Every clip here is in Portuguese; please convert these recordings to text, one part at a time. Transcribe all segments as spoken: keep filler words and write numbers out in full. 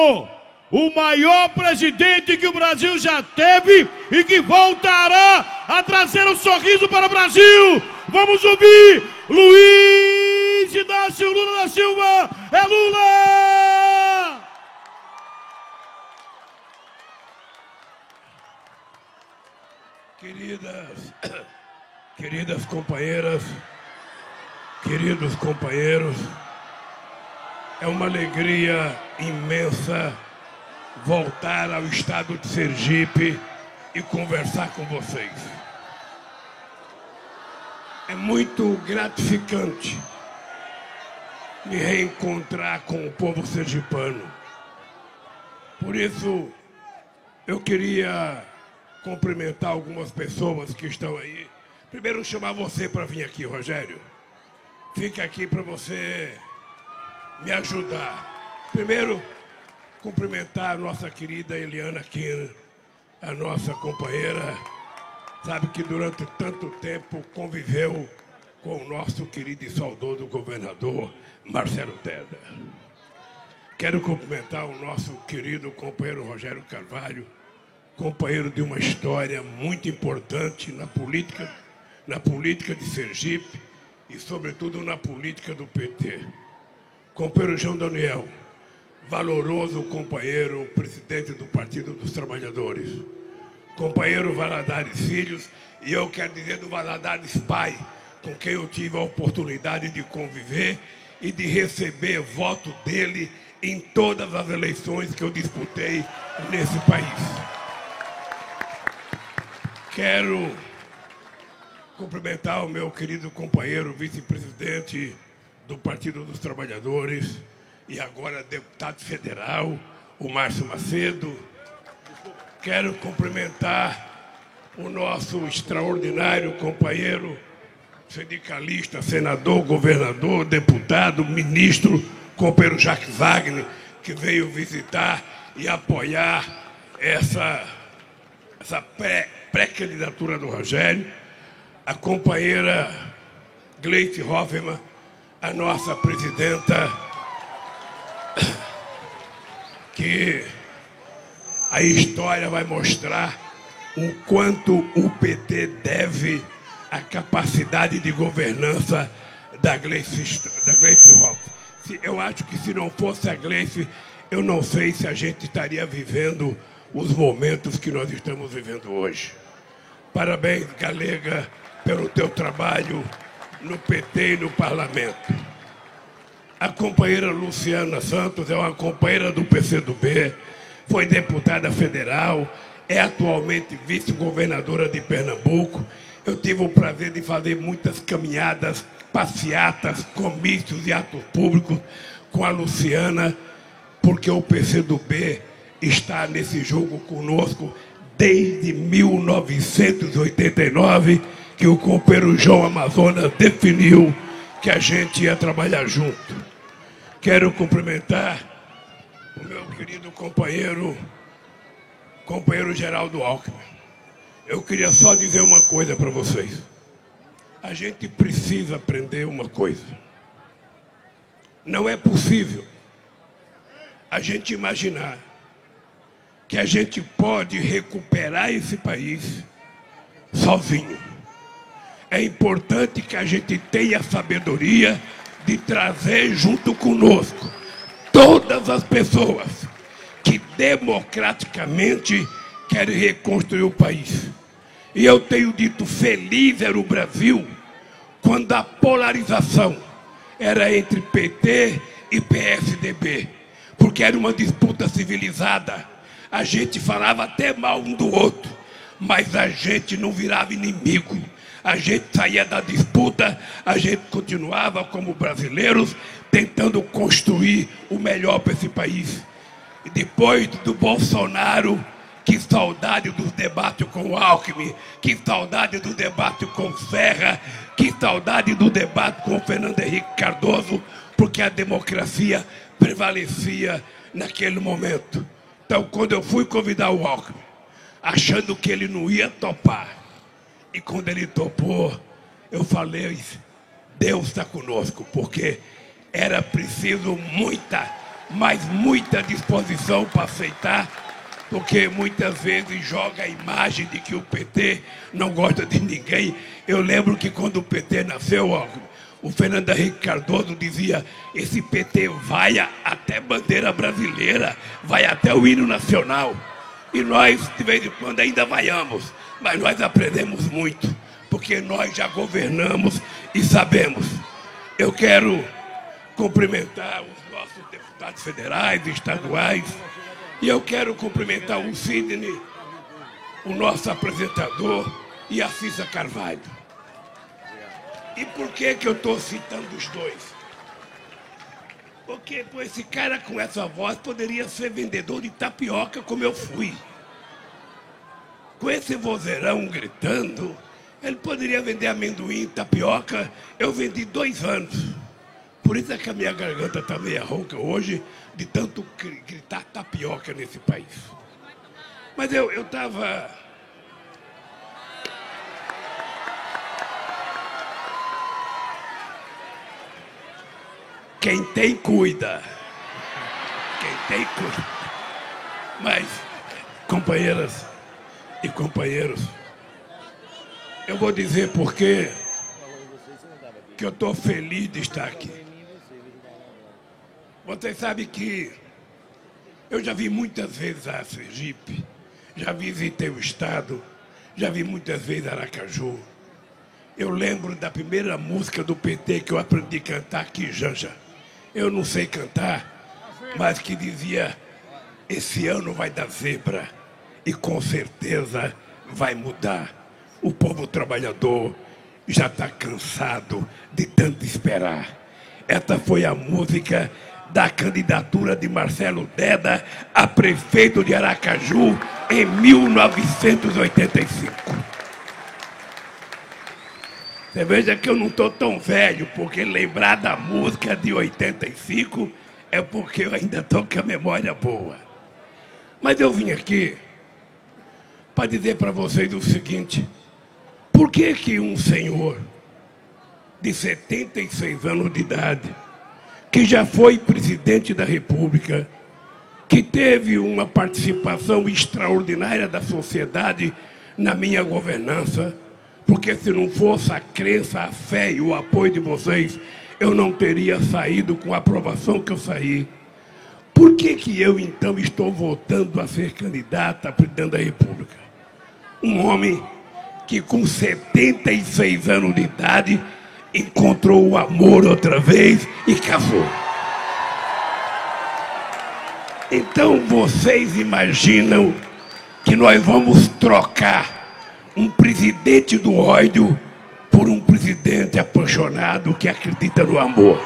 o maior presidente que o Brasil já teve e que voltará a trazer um sorriso para o Brasil. Vamos ouvir Luiz Inácio Lula da Silva. É Lula! Queridas, queridas companheiras, queridos companheiros, é uma alegria imensa voltar ao estado de Sergipe e conversar com vocês. É muito gratificante me reencontrar com o povo sergipano. Por isso, eu queria cumprimentar algumas pessoas que estão aí. Primeiro, chamar você para vir aqui, Rogério. Fica aqui para você me ajudar. Primeiro, cumprimentar a nossa querida Eliana Kinner, a nossa companheira, sabe que durante tanto tempo conviveu com o nosso querido e saudoso governador Marcelo Teda. Quero cumprimentar o nosso querido companheiro Rogério Carvalho, companheiro de uma história muito importante na política, na política de Sergipe e, sobretudo, na política do P T. Companheiro João Daniel, valoroso companheiro, presidente do Partido dos Trabalhadores. Companheiro Valadares Filhos, e eu quero dizer do Valadares pai, com quem eu tive a oportunidade de conviver e de receber voto dele em todas as eleições que eu disputei nesse país. Quero cumprimentar o meu querido companheiro, vice-presidente do Partido dos Trabalhadores e agora deputado federal, o Márcio Macedo. Quero cumprimentar o nosso extraordinário companheiro sindicalista, senador, governador, deputado, ministro, companheiro Jacques Wagner, que veio visitar e apoiar essa, essa pré pré-candidatura do Rogério, a companheira Gleice Hoffmann, a nossa presidenta, que a história vai mostrar o quanto o P T deve à capacidade de governança da Gleice, da Gleice Hoffmann. Eu acho que se não fosse a Gleice, eu não sei se a gente estaria vivendo os momentos que nós estamos vivendo hoje. Parabéns, Galega, pelo teu trabalho no P T e no Parlamento. A companheira Luciana Santos é uma companheira do P C do B, foi deputada federal, é atualmente vice-governadora de Pernambuco. Eu tive o prazer de fazer muitas caminhadas, passeatas, comícios e atos públicos com a Luciana, porque o P C do B está nesse jogo conosco desde mil novecentos e oitenta e nove, que o companheiro João Amazonas definiu que a gente ia trabalhar junto. Quero cumprimentar o meu querido companheiro, companheiro Geraldo Alckmin. Eu queria só dizer uma coisa para vocês. A gente precisa aprender uma coisa. Não é possível a gente imaginar que a gente pode recuperar esse país sozinho. É importante que a gente tenha a sabedoria de trazer junto conosco todas as pessoas que democraticamente querem reconstruir o país. E eu tenho dito, feliz era o Brasil quando a polarização era entre P T e P S D B, porque era uma disputa civilizada. A gente falava até mal um do outro, mas a gente não virava inimigo. A gente saía da disputa, a gente continuava como brasileiros, tentando construir o melhor para esse país. E depois do Bolsonaro, que saudade dos debates com o Alckmin, que saudade do debate com o Serra, que saudade do debate com o Fernando Henrique Cardoso, porque a democracia prevalecia naquele momento. Então, quando eu fui convidar o Alckmin, achando que ele não ia topar, e quando ele topou, eu falei, Deus está conosco, porque era preciso muita, mas muita disposição para aceitar, porque muitas vezes joga a imagem de que o P T não gosta de ninguém. Eu lembro que quando o P T nasceu, ó, o Fernando Henrique Cardoso dizia: esse P T vai até bandeira brasileira, vai até o hino nacional. E nós, de vez em quando, ainda vaiamos, mas nós aprendemos muito, porque nós já governamos e sabemos. Eu quero cumprimentar os nossos deputados federais, estaduais, e eu quero cumprimentar o Sidney, o nosso apresentador, e a Cissa Carvalho. E por que que eu estou citando os dois? Porque pô, esse cara com essa voz poderia ser vendedor de tapioca como eu fui. Com esse vozeirão gritando, ele poderia vender amendoim e tapioca. Eu vendi dois anos. Por isso é que a minha garganta está meio rouca hoje, de tanto gritar tapioca nesse país. Mas eu estava... Quem tem, cuida. Quem tem, cuida. Mas, companheiras e companheiros, eu vou dizer por quê que eu estou feliz de estar aqui. Vocês sabem que eu já vi muitas vezes a Sergipe, já visitei o estado, já vi muitas vezes Aracaju. Eu lembro da primeira música do P T que eu aprendi a cantar aqui, Janja. Eu não sei cantar, mas que dizia: esse ano vai dar zebra e com certeza vai mudar. O povo trabalhador já está cansado de tanto esperar. Essa foi a música da candidatura de Marcelo Deda a prefeito de Aracaju em mil novecentos e oitenta e cinco. Você veja que eu não estou tão velho, porque lembrar da música de oitenta e cinco é porque eu ainda estou com a memória boa. Mas eu vim aqui para dizer para vocês o seguinte: por que que um senhor de setenta e seis anos de idade, que já foi presidente da República, que teve uma participação extraordinária da sociedade na minha governança, porque se não fosse a crença, a fé e o apoio de vocês, eu não teria saído com a aprovação que eu saí. Por que que eu, então, estou voltando a ser candidato a presidente da República? Um homem que, com setenta e seis anos de idade, encontrou o amor outra vez e casou. Então, vocês imaginam que nós vamos trocar um presidente do ódio por um presidente apaixonado que acredita no amor?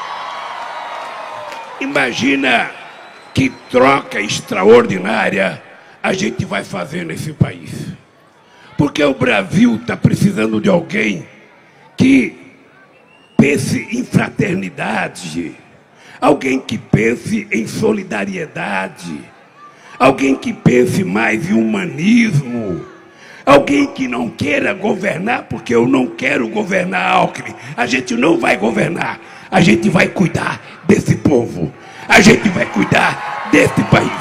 Imagina que troca extraordinária a gente vai fazer nesse país. Porque o Brasil está precisando de alguém que pense em fraternidade, alguém que pense em solidariedade, alguém que pense mais em humanismo, alguém que não queira governar, porque eu não quero governar, Alckmin. A gente não vai governar, a gente vai cuidar desse povo, a gente vai cuidar desse país.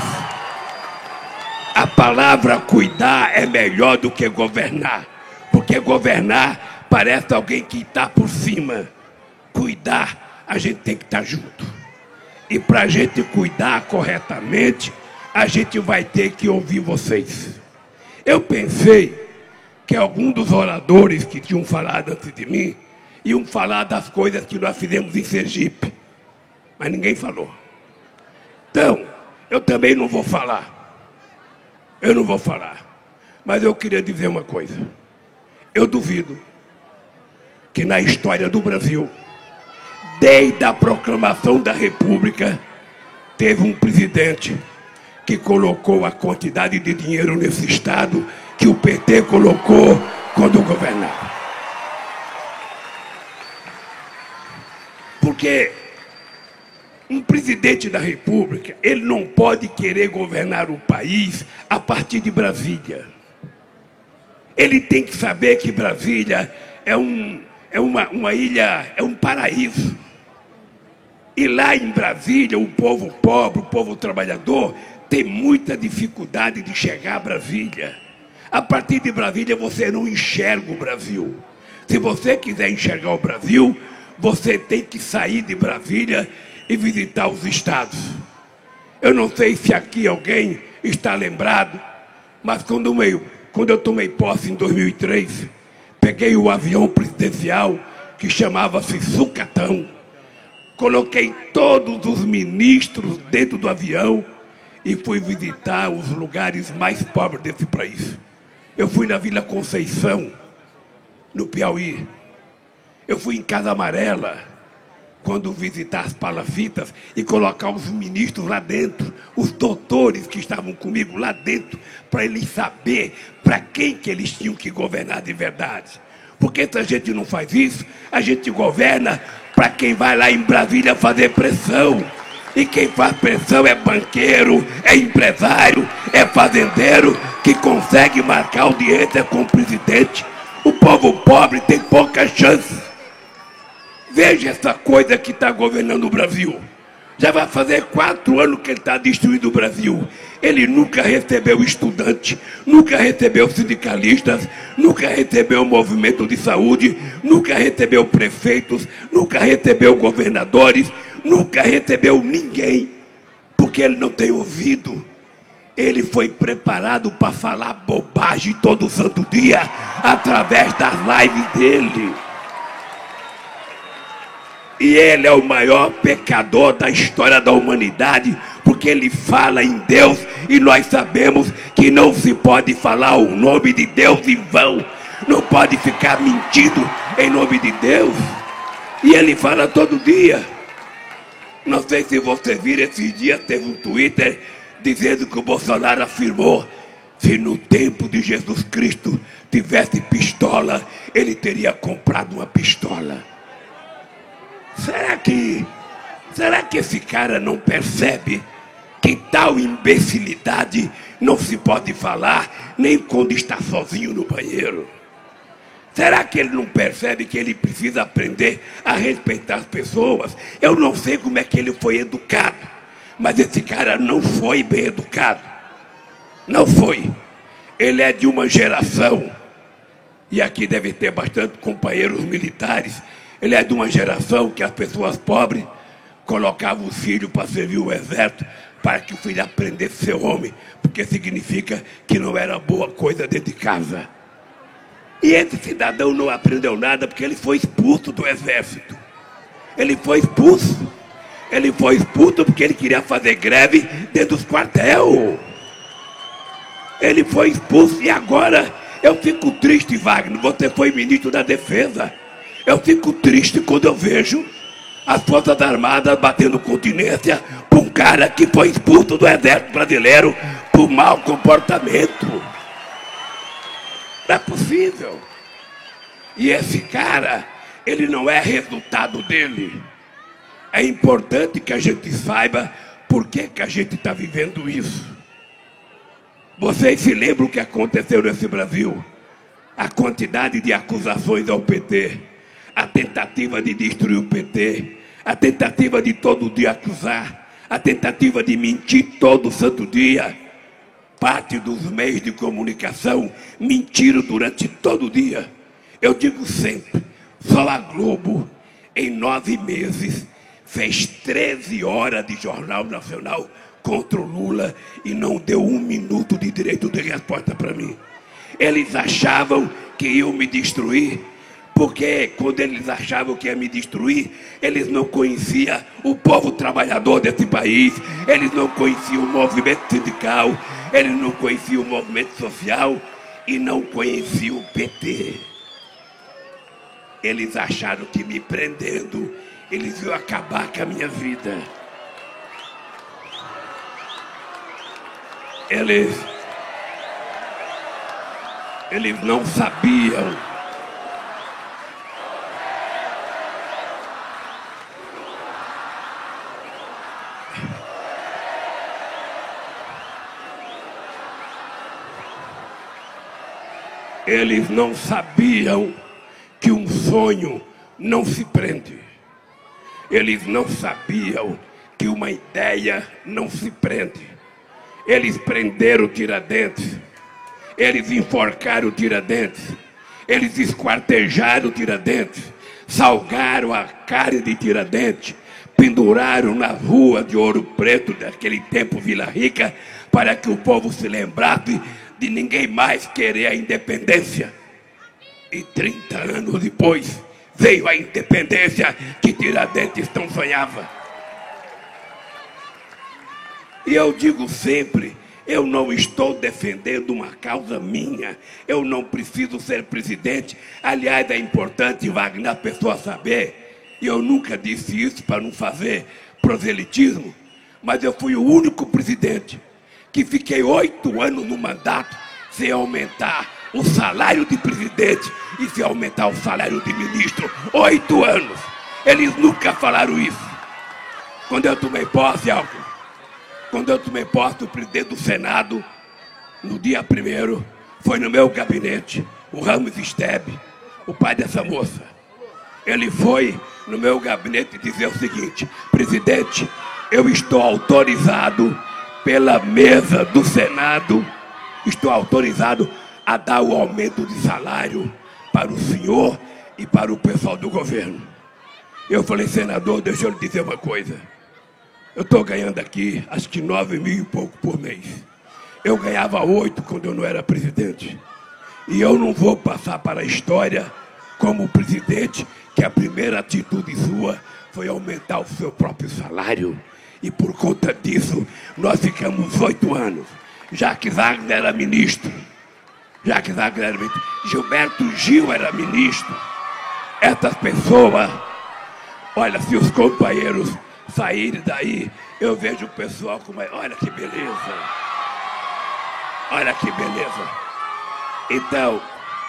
A palavra cuidar é melhor do que governar, porque governar parece alguém que está por cima. Cuidar, a gente tem que estar junto. E para a gente cuidar corretamente, a gente vai ter que ouvir vocês. Eu pensei que algum dos oradores que tinham falado antes de mim iam falar das coisas que nós fizemos em Sergipe, mas ninguém falou. Então, eu também não vou falar. Eu não vou falar. Mas eu queria dizer uma coisa. Eu duvido que na história do Brasil, desde a proclamação da República, teve um presidente que colocou a quantidade de dinheiro nesse estado que o P T colocou quando governava. Porque um presidente da República, ele não pode querer governar o país a partir de Brasília. Ele tem que saber que Brasília é, um, é uma, uma ilha, é um paraíso. E lá em Brasília, o povo pobre, o povo trabalhador, tem muita dificuldade de chegar a Brasília. A partir de Brasília, você não enxerga o Brasil. Se você quiser enxergar o Brasil, você tem que sair de Brasília e visitar os estados. Eu não sei se aqui alguém está lembrado, mas quando eu, quando eu tomei posse em dois mil e três, peguei o avião presidencial que chamava-se Sucatão, coloquei todos os ministros dentro do avião e fui visitar os lugares mais pobres desse país. Eu fui na Vila Conceição, no Piauí. Eu fui em Casa Amarela, quando visitar as palafitas e colocar os ministros lá dentro, os doutores que estavam comigo lá dentro, para eles saber para quem que eles tinham que governar de verdade. Porque se a gente não faz isso, a gente governa para quem vai lá em Brasília fazer pressão. E quem faz pressão é banqueiro, é empresário, é fazendeiro, que consegue marcar audiência com o presidente. O povo pobre tem pouca chance. Veja essa coisa que está governando o Brasil. Já vai fazer quatro anos que ele está destruindo o Brasil. Ele nunca recebeu estudante, nunca recebeu sindicalistas, nunca recebeu movimento de saúde, nunca recebeu prefeitos, nunca recebeu governadores, nunca recebeu ninguém, porque ele não tem ouvido. Ele foi preparado para falar bobagem todo santo dia, através das lives dele. E ele é o maior pecador da história da humanidade, porque ele fala em Deus e nós sabemos que não se pode falar o nome de Deus em vão. Não pode ficar mentindo em nome de Deus. E ele fala todo dia. Não sei se você viram, esses dias teve um Twitter dizendo que o Bolsonaro afirmou: se no tempo de Jesus Cristo tivesse pistola, ele teria comprado uma pistola. Será que, será que esse cara não percebe que tal imbecilidade não se pode falar nem quando está sozinho no banheiro? Será que ele não percebe que ele precisa aprender a respeitar as pessoas? Eu não sei como é que ele foi educado, mas esse cara não foi bem educado. Não foi. Ele é de uma geração, e aqui deve ter bastante companheiros militares. Ele é de uma geração que as pessoas pobres colocavam o filho para servir o exército, para que o filho aprendesse a ser homem, porque significa que não era boa coisa dentro de casa. E esse cidadão não aprendeu nada porque ele foi expulso do exército. Ele foi expulso. Ele foi expulso porque ele queria fazer greve dentro dos quartéis. Ele foi expulso e agora eu fico triste, Wagner. Você foi ministro da Defesa. Eu fico triste quando eu vejo as Forças Armadas batendo continência para um cara que foi expulso do Exército Brasileiro por mau comportamento. Não é possível. E esse cara, ele não é resultado dele. É importante que a gente saiba por que que a gente está vivendo isso. Vocês se lembram o que aconteceu nesse Brasil? A quantidade de acusações ao P T. A tentativa de destruir o P T, a tentativa de todo dia acusar, a tentativa de mentir todo santo dia. Parte dos meios de comunicação mentiram durante todo o dia. Eu digo sempre, só a Globo, em nove meses, fez treze horas de Jornal Nacional contra o Lula e não deu um minuto de direito de resposta para mim. Eles achavam que iam me destruir, porque quando eles achavam que ia me destruir, eles não conheciam o povo trabalhador desse país, eles não conheciam o movimento sindical, eles não conheciam o movimento social e não conheciam o P T. Eles acharam que me prendendo, eles iam acabar com a minha vida. Eles, eles não sabiam. Eles não sabiam que um sonho não se prende. Eles não sabiam que uma ideia não se prende. Eles prenderam o Tiradentes. Eles enforcaram o Tiradentes. Eles esquartejaram o Tiradentes. Salgaram a carne de Tiradentes. Penduraram nas ruas de Ouro Preto daquele tempo Vila Rica, para que o povo se lembrasse de ninguém mais querer a independência. E trinta anos depois veio a independência que Tiradentes tão sonhava. E eu digo sempre, eu não estou defendendo uma causa minha. Eu não preciso ser presidente. Aliás, é importante, Wagner, a pessoa saber. E eu nunca disse isso para não fazer proselitismo, mas eu fui o único presidente que fiquei oito anos no mandato sem aumentar o salário de presidente e sem aumentar o salário de ministro. Oito anos. Eles nunca falaram isso. Quando eu tomei posse, Alckmin, quando eu tomei posse do presidente do Senado, no dia primeiro, foi no meu gabinete, o Ramos Esteve, o pai dessa moça. Ele foi no meu gabinete dizer o seguinte: presidente, eu estou autorizado pela mesa do Senado, estou autorizado a dar o aumento de salário para o senhor e para o pessoal do governo. Eu falei: senador, deixa eu lhe dizer uma coisa. Eu estou ganhando aqui, acho que nove mil e pouco por mês. Eu ganhava oito quando eu não era presidente. E eu não vou passar para a história como presidente que a primeira atitude sua foi aumentar o seu próprio salário. E por conta disso, nós ficamos oito anos. Jacques Wagner era ministro. Jacques Wagner era ministro. Gilberto Gil era ministro. Essas pessoas, olha, se os companheiros saírem daí, eu vejo o pessoal com mais... Olha que beleza. Olha que beleza. Então,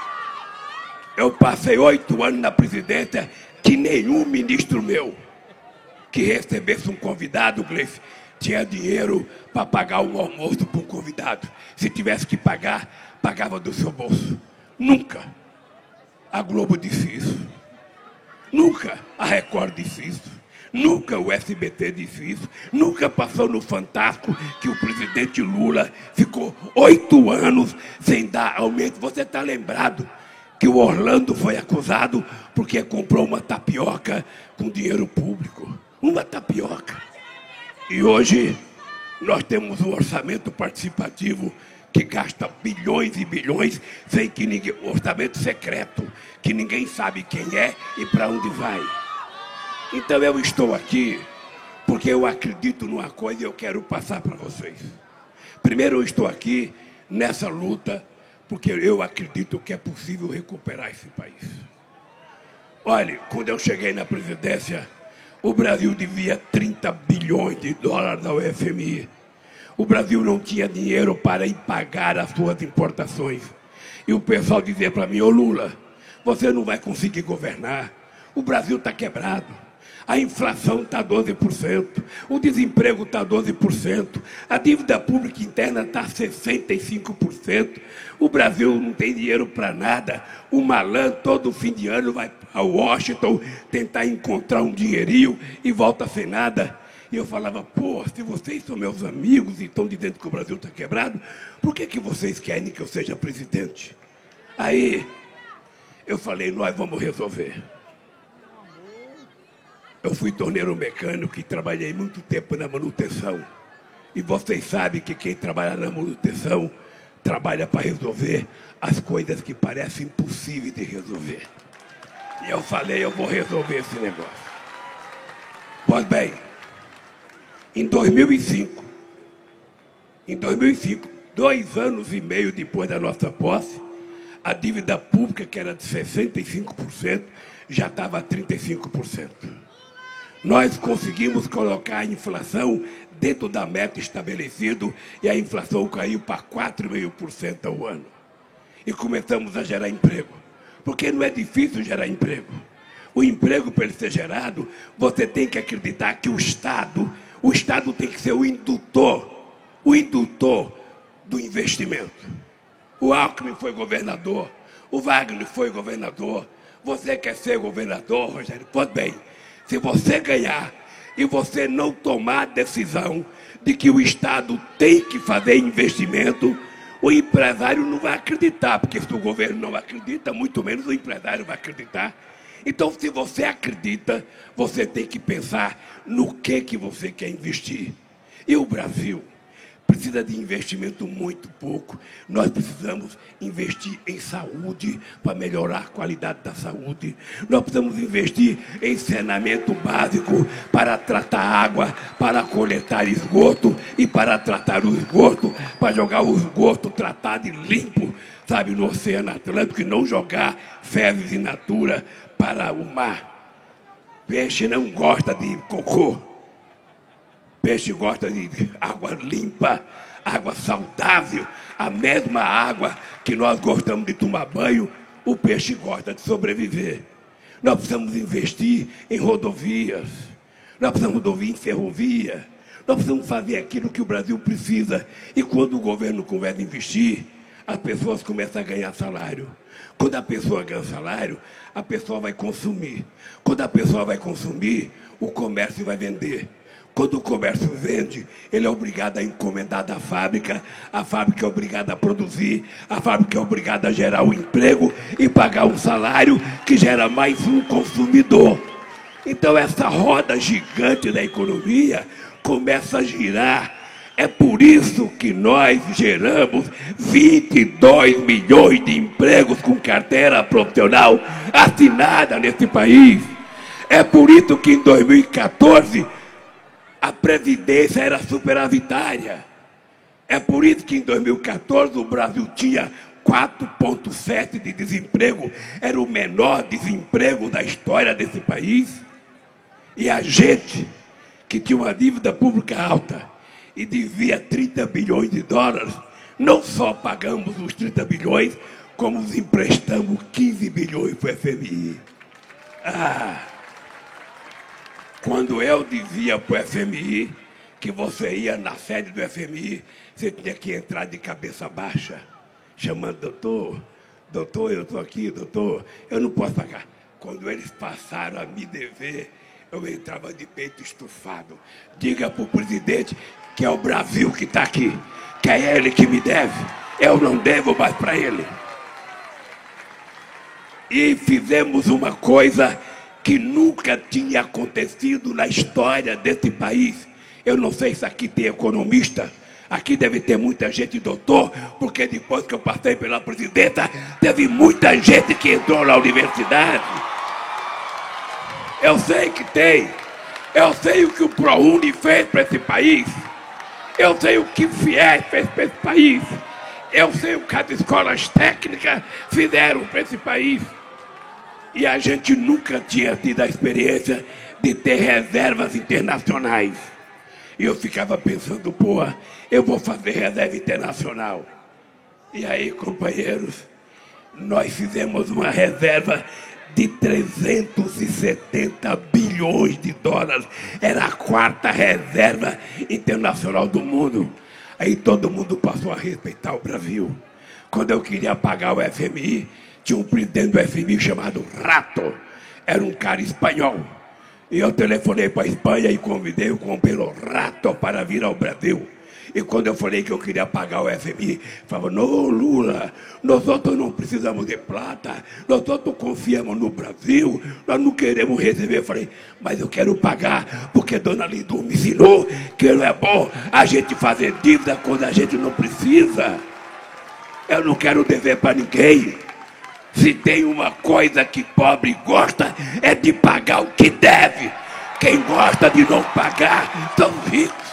eu passei oito anos na presidência que nenhum ministro meu que recebesse um convidado, Gleice, tinha dinheiro para pagar um almoço para um convidado. Se tivesse que pagar, pagava do seu bolso. Nunca a Globo disse isso. Nunca a Record disse isso. Nunca o S B T disse isso. Nunca passou no Fantástico que o presidente Lula ficou oito anos sem dar aumento. Você está lembrado que o Orlando foi acusado porque comprou uma tapioca com dinheiro público. Uma tapioca. E hoje nós temos um orçamento participativo que gasta bilhões e bilhões sem que ninguém... Orçamento secreto, que ninguém sabe quem é e para onde vai. Então eu estou aqui porque eu acredito numa coisa e eu quero passar para vocês. Primeiro, eu estou aqui nessa luta porque eu acredito que é possível recuperar esse país. Olha, quando eu cheguei na presidência, o Brasil devia trinta bilhões de dólares ao F M I. O Brasil não tinha dinheiro para ir pagar as suas importações. E o pessoal dizia para mim: ô Lula, você não vai conseguir governar. O Brasil está quebrado. A inflação está doze por cento, o desemprego está doze por cento, a dívida pública interna está sessenta e cinco por cento, o Brasil não tem dinheiro para nada, o malandro todo fim de ano vai a Washington tentar encontrar um dinheirinho e volta sem nada. E eu falava: pô, se vocês são meus amigos e estão dizendo que o Brasil está quebrado, por que, que vocês querem que eu seja presidente? Aí eu falei: nós vamos resolver. Eu fui torneiro mecânico e trabalhei muito tempo na manutenção. E vocês sabem que quem trabalha na manutenção trabalha para resolver as coisas que parecem impossíveis de resolver. E eu falei: eu vou resolver esse negócio. Pois bem, em dois mil e cinco, em dois mil e cinco, dois anos e meio depois da nossa posse, a dívida pública, que era de sessenta e cinco por cento, já estava a trinta e cinco por cento. Nós conseguimos colocar a inflação dentro da meta estabelecida e a inflação caiu para quatro vírgula cinco por cento ao ano. E começamos a gerar emprego. Porque não é difícil gerar emprego. O emprego, para ele ser gerado, você tem que acreditar que o Estado, o Estado tem que ser o indutor, o indutor do investimento. O Alckmin foi governador, o Wagner foi governador. Você quer ser governador, Rogério? Pois bem, Se você ganhar e você não tomar a decisão de que o Estado tem que fazer investimento, o empresário não vai acreditar, porque se o governo não acredita, muito menos o empresário vai acreditar. Então, se você acredita, você tem que pensar no que, que você quer investir. E o Brasil precisa de investimento muito pouco. Nós precisamos investir em saúde para melhorar a qualidade da saúde. Nós precisamos investir em saneamento básico para tratar água, para coletar esgoto e para tratar o esgoto, para jogar o esgoto tratado e limpo, sabe, no Oceano Atlântico e não jogar fezes in natura para o mar. Peixe não gosta de cocô. Peixe gosta de água limpa, água saudável, a mesma água que nós gostamos de tomar banho, o peixe gosta de sobreviver. Nós precisamos investir em rodovias, nós precisamos investir em ferrovia, nós precisamos fazer aquilo que o Brasil precisa. E quando o governo começa a investir, as pessoas começam a ganhar salário. Quando a pessoa ganha salário, a pessoa vai consumir. Quando a pessoa vai consumir, o comércio vai vender. Quando o comércio vende, ele é obrigado a encomendar da fábrica, a fábrica é obrigada a produzir, a fábrica é obrigada a gerar um emprego e pagar um salário que gera mais um consumidor. Então essa roda gigante da economia começa a girar. É por isso que nós geramos vinte e dois milhões de empregos com carteira profissional assinada nesse país. É por isso que em dois mil e quatorze... a Previdência era superavitária. É por isso que em dois mil e quatorze o Brasil tinha quatro vírgula sete de desemprego. Era o menor desemprego da história desse país. E a gente, que tinha uma dívida pública alta e devia trinta bilhões de dólares, não só pagamos os trinta bilhões, como os emprestamos quinze bilhões para o F M I. Ah! Quando eu dizia para o F M I que você ia na sede do F M I, você tinha que entrar de cabeça baixa, chamando, doutor, doutor, eu estou aqui, doutor, eu não posso pagar. Quando eles passaram a me dever, eu entrava de peito estufado. Diga para o presidente que é o Brasil que está aqui, que é ele que me deve, eu não devo mais para ele. E fizemos uma coisa que nunca tinha acontecido na história desse país. Eu não sei se aqui tem economista, aqui deve ter muita gente doutor, porque depois que eu passei pela presidenta, teve muita gente que entrou na universidade. Eu sei que tem, eu sei o que o ProUni fez para esse país, eu sei o que o FIES fez para esse país, eu sei o que as escolas técnicas fizeram para esse país. E a gente nunca tinha tido a experiência de ter reservas internacionais. E eu ficava pensando, pô, eu vou fazer reserva internacional. E aí, companheiros, nós fizemos uma reserva de trezentos e setenta bilhões de dólares. Era a quarta reserva internacional do mundo. Aí todo mundo passou a respeitar o Brasil. Quando eu queria pagar o F M I, tinha um presidente do F M I chamado Rato. Era um cara espanhol. E eu telefonei para a Espanha e convidei o companheiro Rato para vir ao Brasil. E quando eu falei que eu queria pagar o F M I, falava, não, Lula, nós outros não precisamos de plata, nós outros confiamos no Brasil, nós não queremos receber. Eu falei, mas eu quero pagar, porque Dona Lindu me ensinou que não é bom a gente fazer dívida quando a gente não precisa. Eu não quero dever para ninguém. Se tem uma coisa que pobre gosta, é de pagar o que deve. Quem gosta de não pagar, são ricos.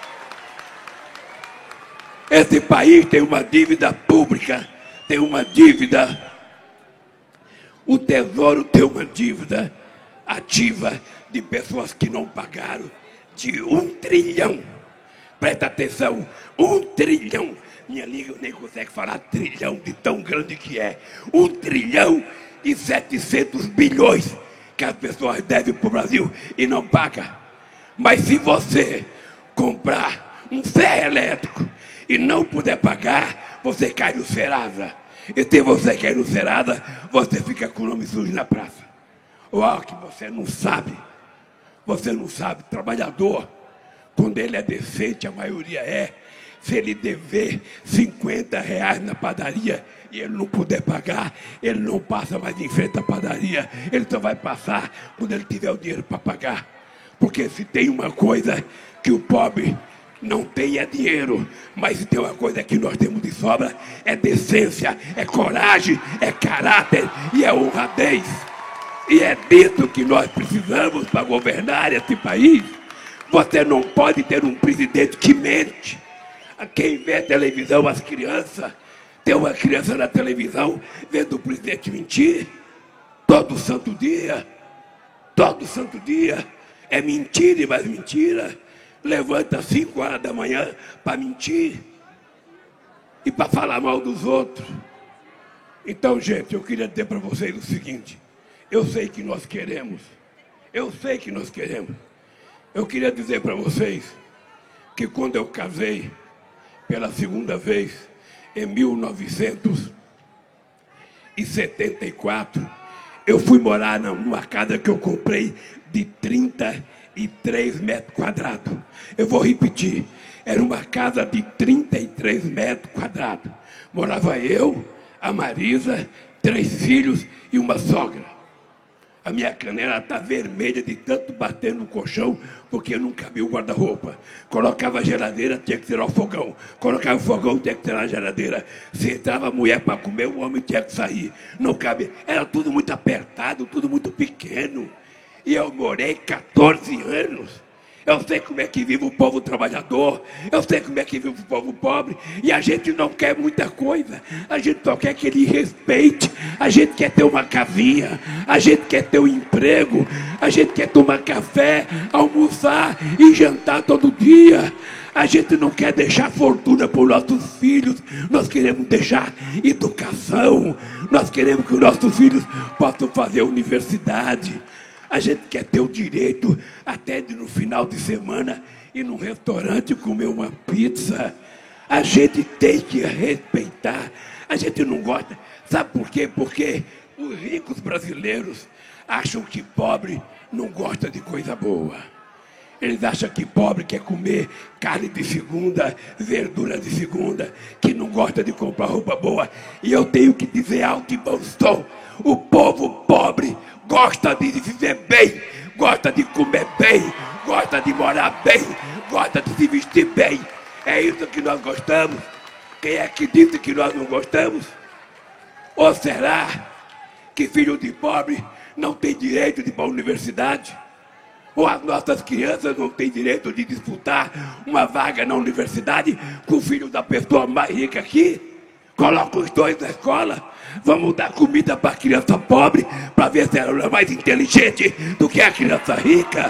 Esse país tem uma dívida pública, tem uma dívida. O Tesouro tem uma dívida ativa de pessoas que não pagaram de um trilhão. Presta atenção, um trilhão. Minha língua nem consegue falar trilhão de tão grande que é. Um trilhão e setecentos bilhões que as pessoas devem para o Brasil e não pagam. Mas se você comprar um ferro elétrico e não puder pagar, você cai no Serasa. E se você cai no Serasa, você fica com o nome sujo na praça. Uau, que você não sabe Você não sabe, trabalhador, quando ele é decente, a maioria é, se ele dever cinquenta reais na padaria e ele não puder pagar, ele não passa mais em frente à padaria, ele só vai passar quando ele tiver o dinheiro para pagar. Porque se tem uma coisa que o pobre não tem é dinheiro, mas se tem uma coisa que nós temos de sobra, é decência, é coragem, é caráter e é honradez. E é disso que nós precisamos para governar esse país. Você não pode ter um presidente que mente. Quem vê televisão, as crianças, tem uma criança na televisão vendo o presidente mentir todo santo dia, todo santo dia. É mentira e mais mentira. Levanta às cinco horas da manhã para mentir e para falar mal dos outros. Então, gente, eu queria dizer para vocês o seguinte: eu sei que nós queremos, eu sei que nós queremos. Eu queria dizer para vocês que quando eu casei pela segunda vez, em mil novecentos e setenta e quatro, eu fui morar numa casa que eu comprei de trinta e três metros quadrados. Eu vou repetir, era uma casa de trinta e três metros quadrados. Morava eu, a Marisa, três filhos e uma sogra. A minha canela está vermelha de tanto bater no colchão, porque não cabia o guarda-roupa. Colocava a geladeira, tinha que tirar o fogão. Colocava o fogão, tinha que tirar a geladeira. Se entrava a mulher para comer, o homem tinha que sair. Não cabia. Era tudo muito apertado, tudo muito pequeno. E eu morei quatorze anos. Eu sei como é que vive o povo trabalhador, eu sei como é que vive o povo pobre, e a gente não quer muita coisa, a gente só quer que ele respeite, a gente quer ter uma casinha, a gente quer ter um emprego, a gente quer tomar café, almoçar e jantar todo dia. A gente não quer deixar fortuna para os nossos filhos, nós queremos deixar educação, nós queremos que os nossos filhos possam fazer universidade. A gente quer ter o direito até de no final de semana ir num restaurante comer uma pizza. A gente tem que respeitar. A gente não gosta. Sabe por quê? Porque os ricos brasileiros acham que pobre não gosta de coisa boa. Eles acham que pobre quer comer carne de segunda, verdura de segunda, que não gosta de comprar roupa boa. E eu tenho que dizer alto e bom som: o povo pobre gosta de viver bem, gosta de comer bem, gosta de morar bem, gosta de se vestir bem. É isso que nós gostamos? Quem é que disse que nós não gostamos? Ou será que filho de pobre não tem direito de ir para a universidade? Ou as nossas crianças não têm direito de disputar uma vaga na universidade com o filho da pessoa mais rica aqui? Coloca os dois na escola. Vamos dar comida para a criança pobre para ver se ela é mais inteligente do que a criança rica.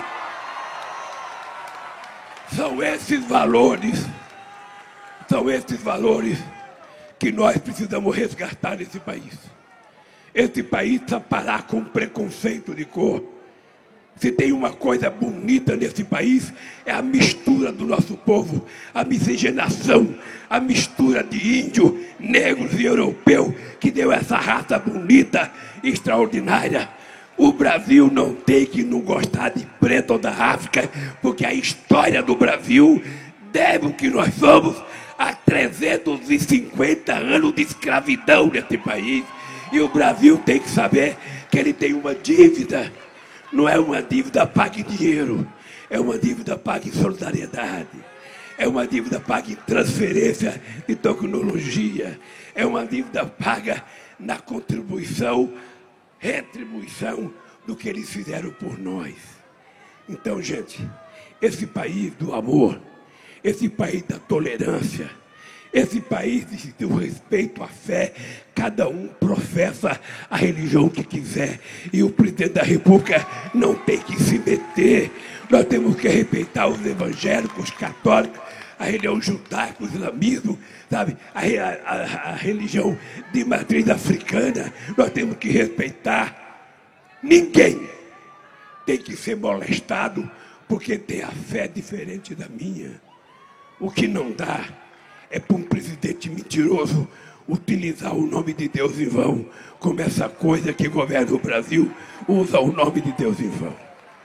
São esses valores, são esses valores que nós precisamos resgatar nesse país. Esse país precisa parar com preconceito de cor. Se tem uma coisa bonita nesse país, é a mistura do nosso povo, a miscigenação, a mistura de índio, negros e europeu, que deu essa raça bonita, extraordinária. O Brasil não tem que não gostar de preto ou da África, porque a história do Brasil deve o que nós somos a trezentos e cinquenta anos de escravidão nesse país. E o Brasil tem que saber que ele tem uma dívida. Não é uma dívida paga em dinheiro, é uma dívida paga em solidariedade, é uma dívida paga em transferência de tecnologia, é uma dívida paga na contribuição, retribuição do que eles fizeram por nós. Então, gente, esse país do amor, esse país da tolerância, esse país do respeito à fé, cada um professa a religião que quiser. E o presidente da República não tem que se meter. Nós temos que respeitar os evangélicos, católicos, a religião judaica, o islamismo, sabe? A, a, a religião de matriz africana. Nós temos que respeitar. Ninguém tem que ser molestado porque tem a fé diferente da minha. O que não dá é para um presidente mentiroso utilizar o nome de Deus em vão, como essa coisa que governa o Brasil usa o nome de Deus em vão.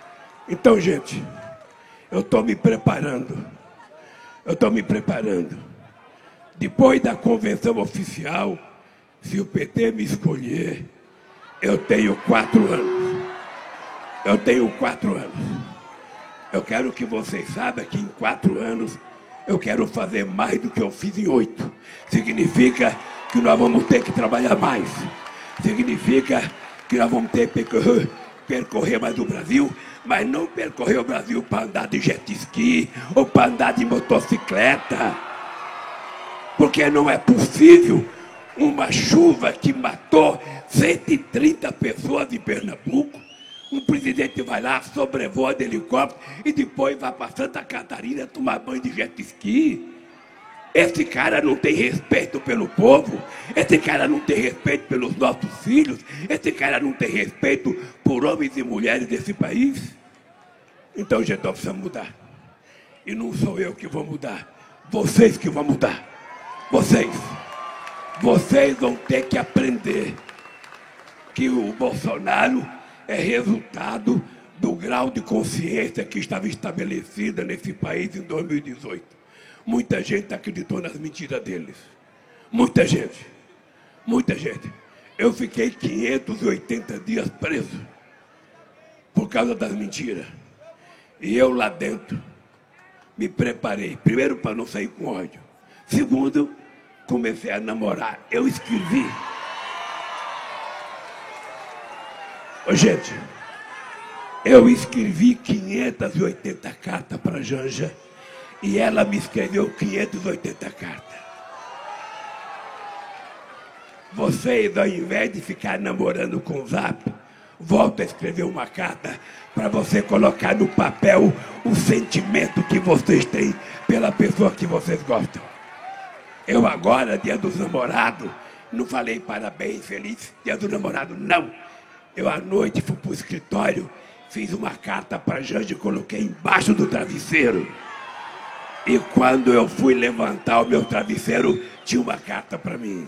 Então, gente, eu estou me preparando. Eu estou me preparando. Depois da convenção oficial, se o P T me escolher, eu tenho quatro anos. Eu tenho quatro anos. Eu quero que vocês saibam que em quatro anos eu quero fazer mais do que eu fiz em oito. Significa que nós vamos ter que trabalhar mais. Significa que nós vamos ter que percorrer mais o Brasil, mas não percorrer o Brasil para andar de jet ski ou para andar de motocicleta. Porque não é possível uma chuva que matou cento e trinta pessoas em Pernambuco. Um presidente vai lá, sobrevoa de helicóptero e depois vai para Santa Catarina tomar banho de jet ski. Esse cara não tem respeito pelo povo, esse cara não tem respeito pelos nossos filhos, esse cara não tem respeito por homens e mulheres desse país. Então, gente, nós precisamos mudar. E não sou eu que vou mudar, vocês que vão mudar. Vocês. Vocês vão ter que aprender que o Bolsonaro é resultado do grau de consciência que estava estabelecida nesse país em dois mil e dezoito. Muita gente acreditou nas mentiras deles. Muita gente. Muita gente. Eu fiquei quinhentos e oitenta dias preso por causa das mentiras. E eu lá dentro me preparei. Primeiro, para não sair com ódio. Segundo, comecei a namorar. Eu escrevi. Ô, gente, eu escrevi quinhentas e oitenta cartas para a Janja e ela me escreveu quinhentas e oitenta cartas. Vocês, ao invés de ficar namorando com o Zap, volta a escrever uma carta para você colocar no papel o sentimento que vocês têm pela pessoa que vocês gostam. Eu agora, dia dos namorados, não falei parabéns, feliz dia do namorado, não. Eu à noite fui para o escritório, fiz uma carta para a Janja e coloquei embaixo do travesseiro. E quando eu fui levantar o meu travesseiro, tinha uma carta para mim.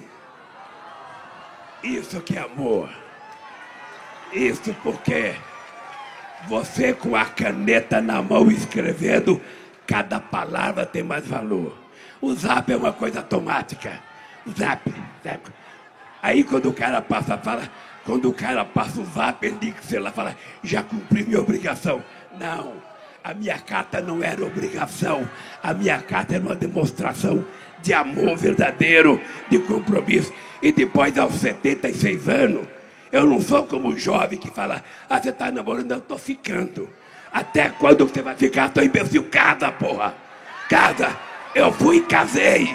Isso que é amor. Isso porque você com a caneta na mão escrevendo, cada palavra tem mais valor. O Zap é uma coisa automática. O Zap, Zap. Aí quando o cara passa, fala, quando o cara passa o Zap, ele diz que sei lá, fala, já cumpri minha obrigação. Não, a minha carta não era obrigação. A minha carta era uma demonstração de amor verdadeiro, de compromisso. E depois, aos setenta e seis anos, eu não sou como o jovem que fala, ah, você está namorando? Não, eu estou ficando. Até quando você vai ficar, seu imbecil? Casa, porra! Casa! Eu fui e casei.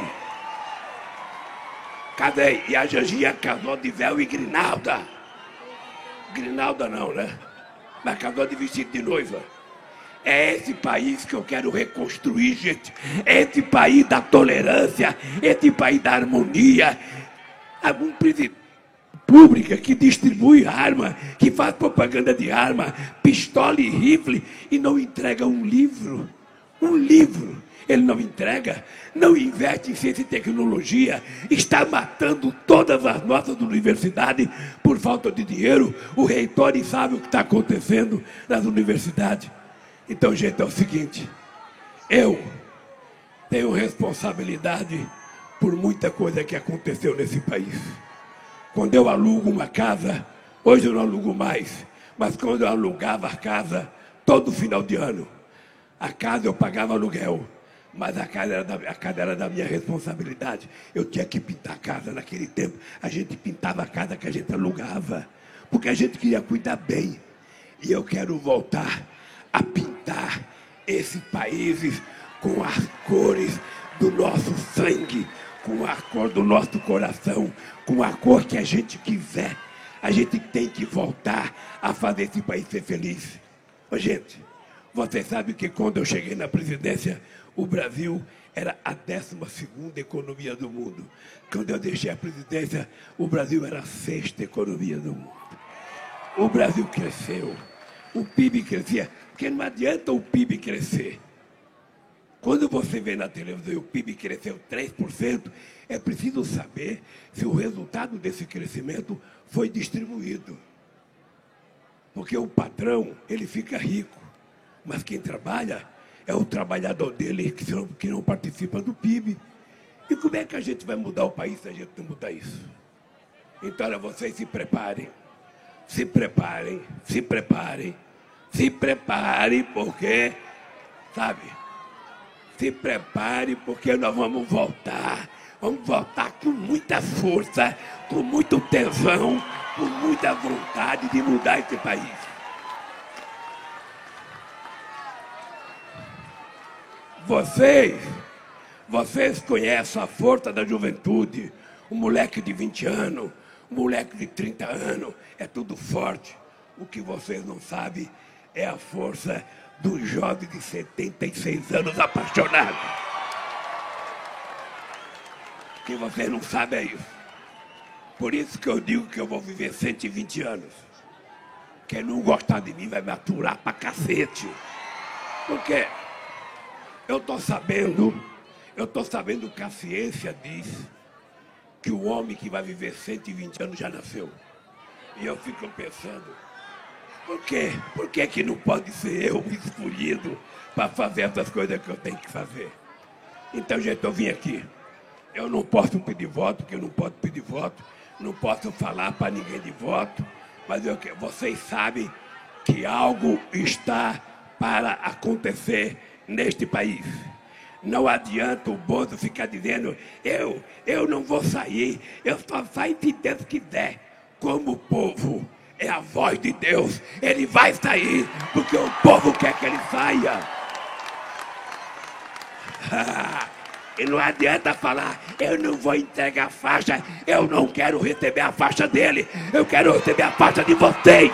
Casei. E a Janjinha casou de véu e grinalda. Grinalda não, né? Mas casou de vestido de noiva. É esse país que eu quero reconstruir, gente. É esse país da tolerância. Esse país da harmonia. Algum presidente pública que distribui arma, que faz propaganda de arma, pistola e rifle e não entrega um livro. Um livro. Ele não entrega, não investe em ciência e tecnologia, está matando todas as nossas universidades por falta de dinheiro. O reitor nem sabe o que está acontecendo nas universidades. Então, gente, é o seguinte, eu tenho responsabilidade por muita coisa que aconteceu nesse país. Quando eu alugo uma casa, hoje eu não alugo mais, mas quando eu alugava a casa, todo final de ano, a casa eu pagava aluguel. Mas a casa, era da, a casa era da minha responsabilidade. Eu tinha que pintar a casa naquele tempo. A gente pintava a casa que a gente alugava. Porque a gente queria cuidar bem. E eu quero voltar a pintar esses países com as cores do nosso sangue, com a cor do nosso coração, com a cor que a gente quiser. A gente tem que voltar a fazer esse país ser feliz. Ô, gente, vocês sabem que quando eu cheguei na presidência, o Brasil era a décima segunda economia do mundo. Quando eu deixei a presidência, o Brasil era a sexta economia do mundo. O Brasil cresceu, o P I B crescia, porque não adianta o P I B crescer. Quando você vê na televisão e o P I B cresceu três por cento, é preciso saber se o resultado desse crescimento foi distribuído. Porque o patrão, ele fica rico. Mas quem trabalha é o trabalhador dele que não, que não participa do P I B. E como é que a gente vai mudar o país se a gente não mudar isso? Então, olha, vocês se preparem, se preparem, se preparem, se preparem, porque, sabe, se preparem, porque nós vamos voltar, vamos voltar com muita força, com muito tesão, com muita vontade de mudar esse país. Vocês, vocês conhecem a força da juventude, um moleque de vinte anos, um moleque de trinta anos, é tudo forte. O que vocês não sabem é a força do jovem de setenta e seis anos apaixonado. O que vocês não sabem é isso. Por isso que eu digo que eu vou viver cento e vinte anos. Quem não gostar de mim vai me aturar pra cacete. Porque eu tô sabendo, eu tô sabendo que a ciência diz que o homem que vai viver cento e vinte anos já nasceu. E eu fico pensando, por quê? Por que que não pode ser eu escolhido para fazer essas coisas que eu tenho que fazer? Então, gente, eu vim aqui. Eu não posso pedir voto, porque eu não posso pedir voto. Não posso falar para ninguém de voto. Mas eu, vocês sabem que algo está para acontecer neste país. Não adianta o Bozo ficar dizendo, eu, eu não vou sair, eu só saio se Deus quiser. Como o povo é a voz de Deus, ele vai sair, porque o povo quer que ele saia. E não adianta falar, eu não vou entregar a faixa, eu não quero receber a faixa dele, eu quero receber a faixa de vocês.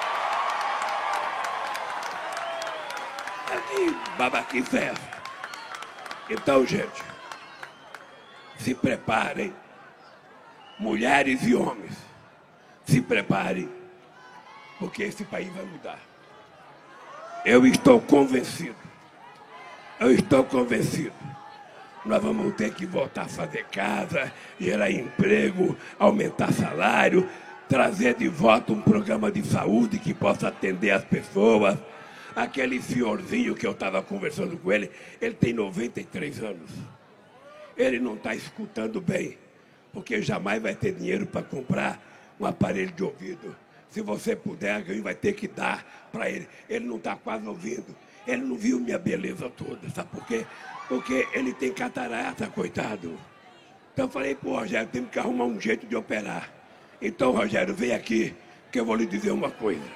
Aqui, babaquice é essa? Então, gente, se preparem, mulheres e homens, se preparem, porque esse país vai mudar. Eu estou convencido, eu estou convencido. Nós vamos ter que voltar a fazer casa, gerar emprego, aumentar salário, trazer de volta um programa de saúde que possa atender as pessoas. Aquele senhorzinho que eu estava conversando com ele, ele tem noventa e três anos. Ele não está escutando bem, porque jamais vai ter dinheiro para comprar um aparelho de ouvido. Se você puder, alguém vai ter que dar para ele. Ele não está quase ouvindo. Ele não viu minha beleza toda, sabe por quê? Porque ele tem catarata, coitado. Então eu falei, pô, Rogério, temos que arrumar um jeito de operar. Então, Rogério, vem aqui, que eu vou lhe dizer uma coisa.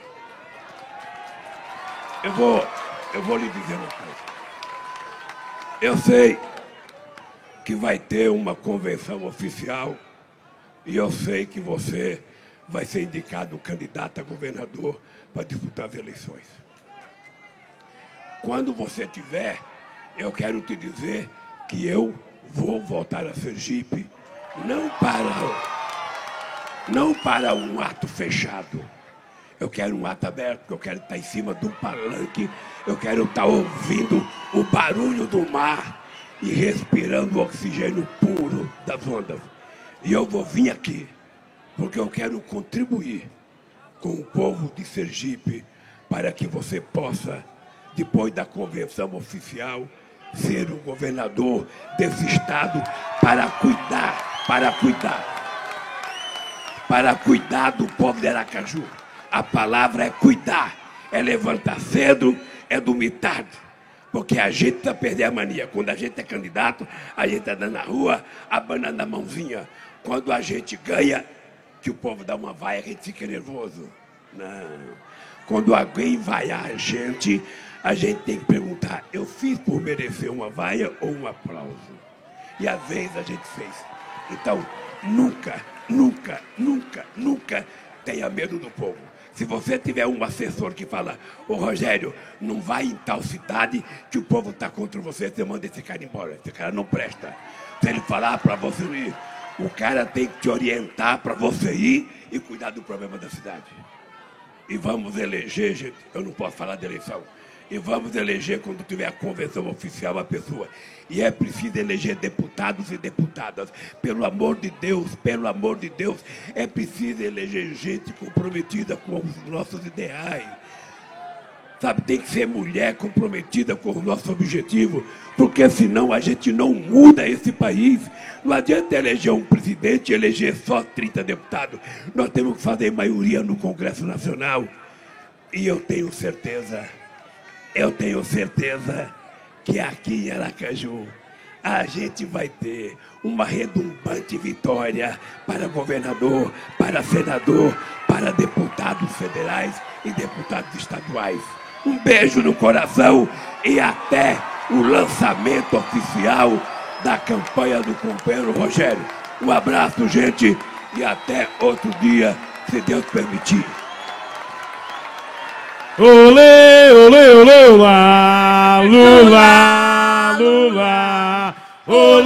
Eu vou, eu vou lhe dizer uma coisa. Eu sei que vai ter uma convenção oficial e eu sei que você vai ser indicado candidato a governador para disputar as eleições. Quando você tiver, eu quero te dizer que eu vou voltar a Sergipe, não para, não para um ato fechado. Eu quero um ato aberto, eu quero estar em cima de um palanque, eu quero estar ouvindo o barulho do mar e respirando o oxigênio puro das ondas. E eu vou vir aqui, porque eu quero contribuir com o povo de Sergipe para que você possa, depois da convenção oficial, ser o governador desse estado para cuidar, para cuidar, para cuidar do povo de Aracaju. A palavra é cuidar, é levantar cedo, é dormir tarde. Porque a gente está perdendo a mania. Quando a gente é candidato, a gente anda na rua, abanando na mãozinha. Quando a gente ganha, que o povo dá uma vaia, a gente fica nervoso. Não. Quando alguém vaiar a gente, a gente tem que perguntar, eu fiz por merecer uma vaia ou um aplauso? E às vezes a gente fez. Então, nunca, nunca, nunca, nunca tenha medo do povo. Se você tiver um assessor que fala, ô Rogério, não vai em tal cidade que o povo está contra você, você manda esse cara embora. Esse cara não presta. Se ele falar para você ir, o cara tem que te orientar para você ir e cuidar do problema da cidade. E vamos eleger, gente, eu não posso falar de eleição. E vamos eleger, quando tiver a convenção oficial, a pessoa. E é preciso eleger deputados e deputadas. Pelo amor de Deus, pelo amor de Deus, é preciso eleger gente comprometida com os nossos ideais. Sabe, tem que ser mulher comprometida com o nosso objetivo, porque senão a gente não muda esse país. Não adianta eleger um presidente e eleger só trinta deputados. Nós temos que fazer maioria no Congresso Nacional. E eu tenho certeza, eu tenho certeza que aqui em Aracaju a gente vai ter uma retumbante vitória para governador, para senador, para deputados federais e deputados estaduais. Um beijo no coração e até o lançamento oficial da campanha do companheiro Rogério. Um abraço, gente, e até outro dia, se Deus permitir. Olê, olê, olê, olá, lula, lula, olê.